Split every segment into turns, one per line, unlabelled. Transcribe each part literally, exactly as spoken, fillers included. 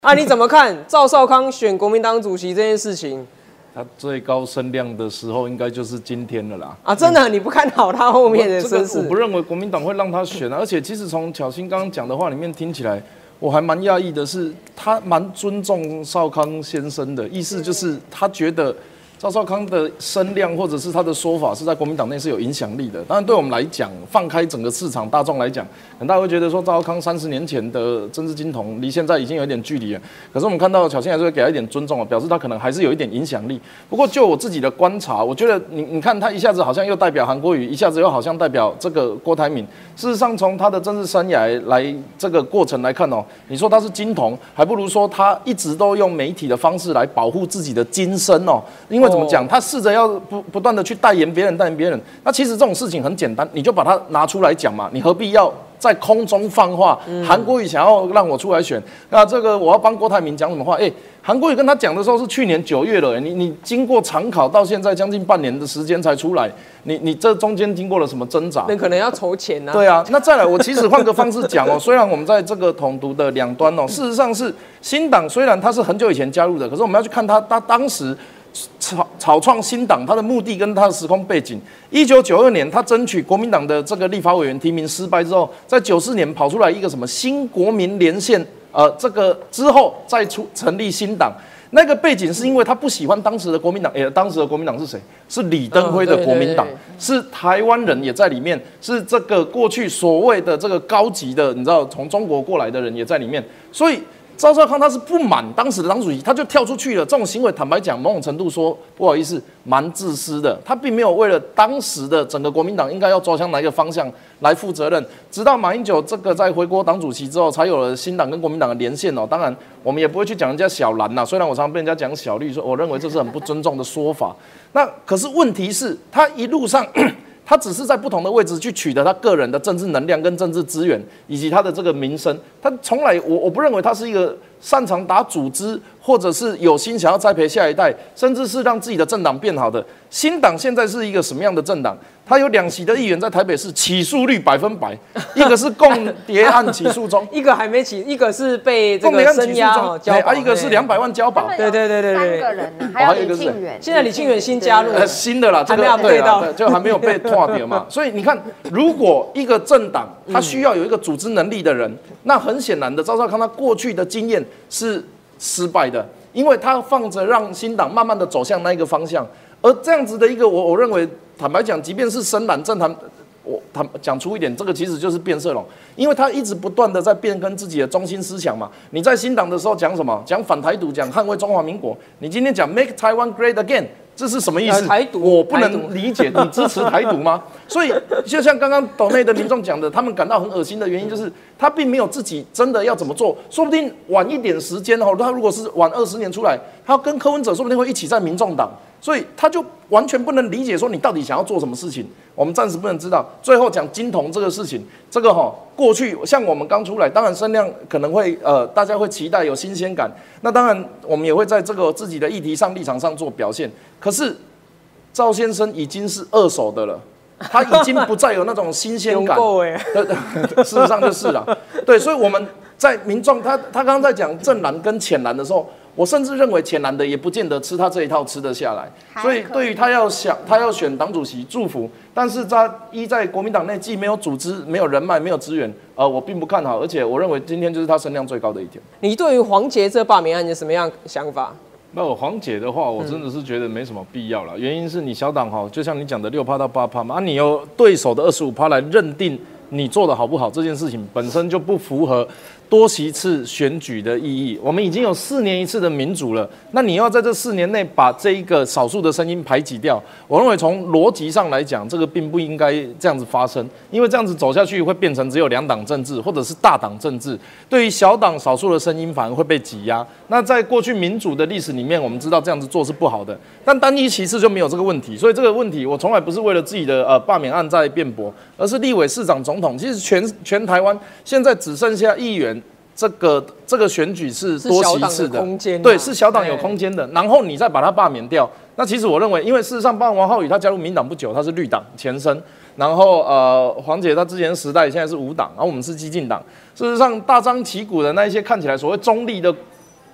啊，你怎么看赵少康选国民党主席这件事情？
他最高声量的时候，应该就是今天了啦。
啊，真的，你不看好他后面的声势？
我不认为国民党会让他选啊。而且，其实从巧芯刚刚讲的话里面听起来，我还蛮讶异的是，他蛮尊重少康先生的，意思就是他觉得赵少康的声量或者是他的说法是在国民党内是有影响力的。当然，对我们来讲，放开整个市场大众来讲，可能大家会觉得说赵少康三十年前的政治金童离现在已经有一点距离了。可是我们看到巧芯还是会给他一点尊重啊，表示他可能还是有一点影响力。不过就我自己的观察，我觉得你你看他一下子好像又代表韩国瑜，一下子又好像代表这个郭台铭。事实上，从他的政治生涯来这个过程来看哦，你说他是金童，还不如说他一直都用媒体的方式来保护自己的金身哦。因为怎么讲，他试着要不不断的去代言别人，代言别人。那其实这种事情很简单，你就把它拿出来讲嘛，你何必要在空中放话？韩国瑜想要让我出来选，那这个我要帮郭台铭讲什么话？哎、欸，韩国瑜跟他讲的时候是去年九月了、欸，你你经过常考到现在将近半年的时间才出来，你你这中间经过了什么挣扎？
那可能要筹钱啊。
对啊，那再来，我其实换个方式讲哦，虽然我们在这个统独的两端哦，事实上是新党虽然他是很久以前加入的，可是我们要去看他他当时。草草创新党，他的目的跟他的时空背景。一九九二年，他争取国民党的这个立法委员提名失败之后，在九四年跑出来一个什么新国民连线，呃，这个之后再出成立新党。那个背景是因为他不喜欢当时的国民党，哎、欸，当时的国民党是谁？是李登辉的国民党，嗯、是台湾人也在里面，是这个过去所谓的这个高级的，你知道从中国过来的人也在里面，所以。赵少康他是不满当时的党主席，他就跳出去了。这种行为，坦白讲，某种程度说不好意思，蛮自私的。他并没有为了当时的整个国民党应该要走向哪一个方向来负责任。直到马英九这个在回国党主席之后，才有了新党跟国民党的连线哦。当然，我们也不会去讲人家小蓝呐。虽然我常常被人家讲小绿，说我认为这是很不尊重的说法。那可是问题是，他一路上。他只是在不同的位置去取得他个人的政治能量跟政治资源，以及他的这个名声。他从来我我不认为他是一个擅长打组织，或者是有心想要栽培下一代，甚至是让自己的政党变好的。新党现在是一个什么样的政党？他有两席的议员在台北市起诉率百分百，一个是共谍案起诉中，
一个还没起，一个是被这个声押哦，交保，
啊，一个是两百万交保。
对对对对对，
三个人呢，还有李庆元。
现在李庆元新加入，
呃，新的啦，这个
还没有被到，
就还没有被拓掉嘛。所以你看，如果一个政党他需要有一个组织能力的人，那很显然的，赵少康他过去的经验是失败的，因为他放着让新党慢慢的走向那一个方向。而这样子的一个，我我认为，坦白讲，即便是深蓝政坛，我坦讲出一点，这个其实就是变色龙，因为他一直不断的在变更自己的中心思想嘛。你在新党的时候讲什么？讲反台独，讲捍卫中华民国。你今天讲 Make Taiwan Great Again， 这是什么意思？
台独，
我不能理解，你支持台独吗？所以就像刚刚岛内的民众讲的，他们感到很恶心的原因就是，他并没有自己真的要怎么做，说不定晚一点时间哦，他如果是晚二十年出来，他跟柯文哲说不定会一起在民众党。所以他就完全不能理解说你到底想要做什么事情，我们暂时不能知道。最后讲金童这个事情，这个哈、哦、过去像我们刚出来，当然声量可能会呃大家会期待有新鲜感，那当然我们也会在这个自己的议题上立场上做表现。可是赵先生已经是二手的了，他已经不再有那种新鲜感。对对，事实上就是了。对，所以我们在民众他他刚刚在讲正蓝跟浅蓝的时候。我甚至认为浅蓝的也不见得吃他这一套吃得下来，所以对于他要想他要选党主席祝福，但是他一在国民党内既没有组织、没有人脉、没有资源，呃，我并不看好，而且我认为今天就是他声量最高的一天。
你对于黄捷这罢免案有什么样想法？
那黄捷的话，我真的是觉得没什么必要了。原因是你小党哈，就像你讲的六趴到八趴嘛，啊，你有对手的二十五趴来认定你做的好不好，这件事情本身就不符合多席次选举的意义。我们已经有四年一次的民主了，那你要在这四年内把这一个少数的声音排挤掉，我认为从逻辑上来讲，这个并不应该这样子发生，因为这样子走下去会变成只有两党政治或者是大党政治，对于小党少数的声音反而会被挤压。那在过去民主的历史里面，我们知道这样子做是不好的，但单一其次就没有这个问题。所以这个问题我从来不是为了自己的呃罢免案在辩驳，而是立委、市长、总统，其实全全台湾现在只剩下议员。这个这个选举是多席次的，
的
对，是小党有空间的。然后你再把它罢免掉，那其实我认为，因为事实上，包括王浩宇他加入民党不久，他是绿党前身，然后呃，黄捷他之前时代现在是无党，然后我们是激进党。事实上，大张旗鼓的那一些看起来所谓中立的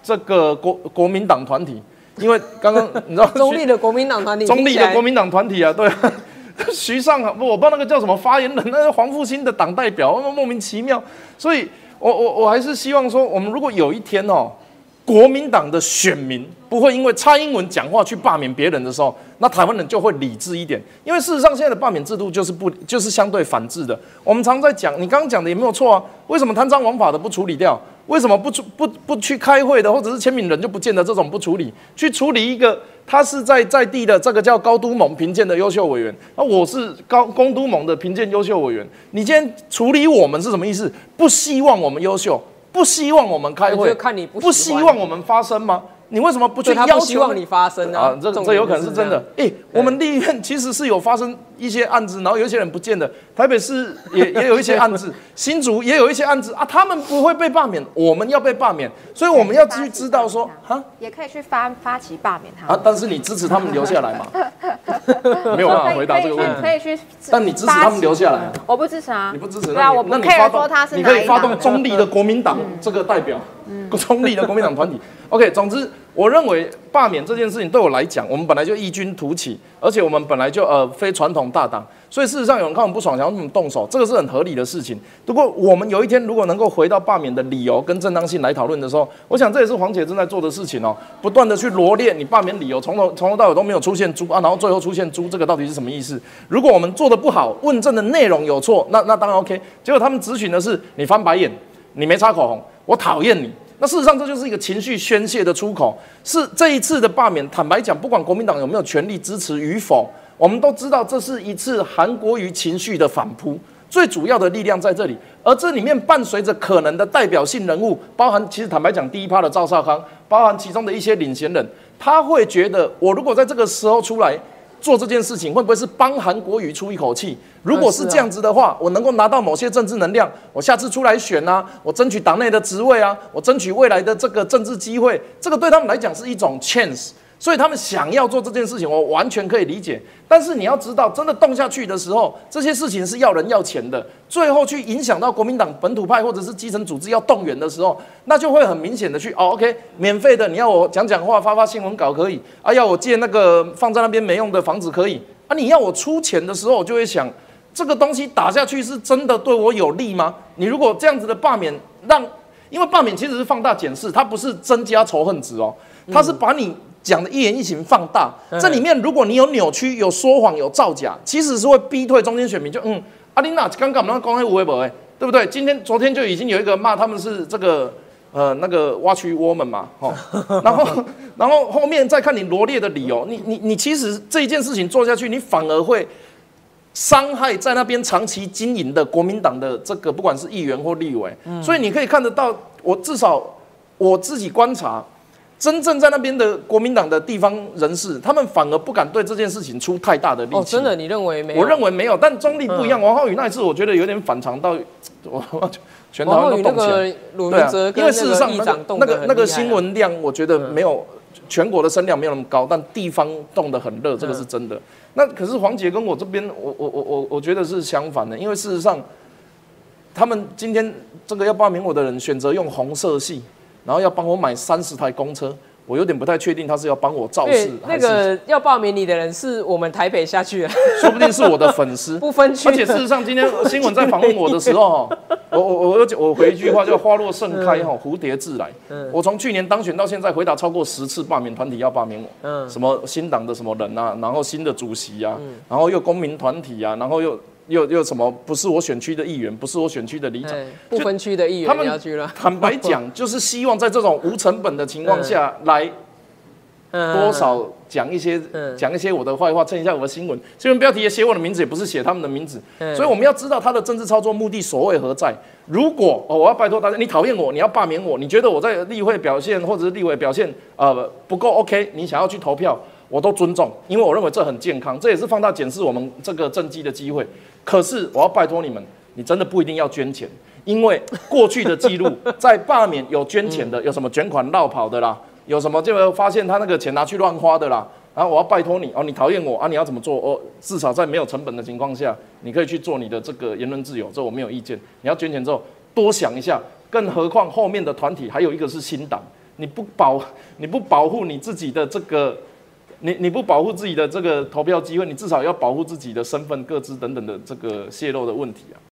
这个国国民党团体，因为刚刚你知道
中立的国民党团体，
中立的国民党团体啊，对啊。徐尚啊，我不知道那个叫什么发言人，那是黄复兴的党代表，莫名其妙。所以我，我我我还是希望说，我们如果有一天哦，国民党的选民不会因为蔡英文讲话去罢免别人的时候，那台湾人就会理智一点。因为事实上，现在的罢免制度就是不就是相对反制的。我们常在讲，你刚刚讲的也没有错啊。为什么贪赃枉法的不处理掉？为什么不不不去开会的，或者是签名人就不见得这种不处理，去处理一个他是在在地的这个叫高都盟评鉴的优秀委员，那我是高公都盟的评鉴优秀委员，你今天处理我们是什么意思？不希望我们优秀，不希望我们开会，
看你不
不希望我们发声吗？你为什么不去要求？
他不希望你发声啊！
啊，这这有可能是真的。哎、欸，我们立院其实是有发生一些案子，然后有一些人不见的。台北市也也有一些案子，新竹也有一些案子啊，他们不会被罢免，我们要被罢免，所以我们要去知道说，哈，
也可以去发发起罢免他们
啊，但是你支持他们留下来嘛？没有办法回答这个问题。
可以去，
但你支持他们留下来？
我不支持啊。
你不支持？
对啊，我不 care 说他是哪一党。
你可以发动中立的国民党这个代表，中立的国民党团体。OK， 总之，我认为罢免这件事情对我来讲，我们本来就异军突起，而且我们本来就呃非传统大党，所以事实上有人看我们不爽，想要我们动手，这个是很合理的事情。不过我们有一天如果能够回到罢免的理由跟正当性来讨论的时候，我想这也是黄姐正在做的事情哦，不断的去罗列你罢免理由，从头从头到尾都没有出现猪啊，然后最后出现猪，这个到底是什么意思？如果我们做的不好，问政的内容有错，那那当然 OK。结果他们质询的是你翻白眼，你没擦口红，我讨厌你。那事实上，这就是一个情绪宣泄的出口。是这一次的罢免，坦白讲，不管国民党有没有权力支持与否，我们都知道这是一次韩国瑜情绪的反扑，最主要的力量在这里。而这里面伴随着可能的代表性人物，包含其实坦白讲，第一趴的赵少康，包含其中的一些领衔人，他会觉得，我如果在这个时候出来做这件事情，会不会是帮韩国瑜出一口气？如果是这样子的话，我能够拿到某些政治能量，我下次出来选啊，我争取党内的职位啊，我争取未来的这个政治机会，这个对他们来讲是一种 chance。所以他们想要做这件事情，我完全可以理解。但是你要知道，真的动下去的时候，这些事情是要人要钱的，最后去影响到国民党本土派或者是基层组织要动员的时候，那就会很明显的去哦 ，OK， 免费的，你要我讲讲话、发发新闻稿可以啊，要我借那个放在那边没用的房子可以啊，你要我出钱的时候，我就会想，这个东西打下去是真的对我有利吗？你如果这样子的罢免，让因为罢免其实是放大检视，它不是增加仇恨值哦，它是把你讲的一言一行放大，这里面如果你有扭曲、有说谎、有造假，其实是会逼退中间选民。就嗯，阿琳娜刚刚我们刚才无为不为，对不对？今天、昨天就已经有一个骂他们是这个呃那个挖区窝们嘛，吼，然后然后后面再看你罗列的理由，你你你其实这一件事情做下去，你反而会伤害在那边长期经营的国民党的这个不管是议员或立委，嗯、所以你可以看得到，我至少我自己观察。真正在那边的国民党的地方人士，他们反而不敢对这件事情出太大的力气。
哦，真的，你认为没有？
我认为没有，但中立不一样。嗯、王浩宇那一次，我觉得有点反常到，我全台湾都动起来。
对啊，
因为事实上那个那个那个新闻量，我觉得没有、嗯、全国的声量没有那么高，但地方动得很热，这个是真的。嗯、那可是黄捷跟我这边，我我我我我觉得是相反的，因为事实上，他们今天这个要罢免我的人选择用红色系。然后要帮我买三十台公车，我有点不太确定他是要帮我造势，
那个要罢免你的人是我们台北下去了，
说不定是我的粉丝，
不分区。
而且事实上，今天新闻在访问我的时候，我我我我回一句话叫“花落盛开，哈，蝴蝶自来”。嗯、我从去年当选到现在，回答超过十次罢免团体要罢免我，嗯、什么新党的什么人啊，然后新的主席啊，嗯、然后又公民团体啊，然后又。又又什么？不是我选区的议员，不是我选区的里长，
不分区的议员，他们要去了。
坦白讲，就是希望在这种无成本的情况下来，多少讲一些讲一些我的坏话，蹭一下我的新闻。新闻标题也写我的名字，也不是写他们的名字。所以我们要知道他的政治操作目的所为何在。如果哦，我要拜托大家，你讨厌我，你要罢免我，你觉得我在立会表现或者是立委表现呃不够 OK， 你想要去投票。我都尊重，因为我认为这很健康，这也是放大检视我们这个政绩的机会。可是我要拜托你们，你真的不一定要捐钱，因为过去的记录在罢免有捐钱的，有什么捐款绕跑的啦，有什么就发现他那个钱拿去乱花的啦。然后我要拜托你哦，你讨厌我啊，你要怎么做？哦，至少在没有成本的情况下，你可以去做你的这个言论自由，这我没有意见。你要捐钱之后多想一下，更何况后面的团体还有一个是新党。 你不保你不保护你自己的这个。你你不保护自己的这个投票机会，你至少要保护自己的身份、个资等等的这个泄露的问题啊。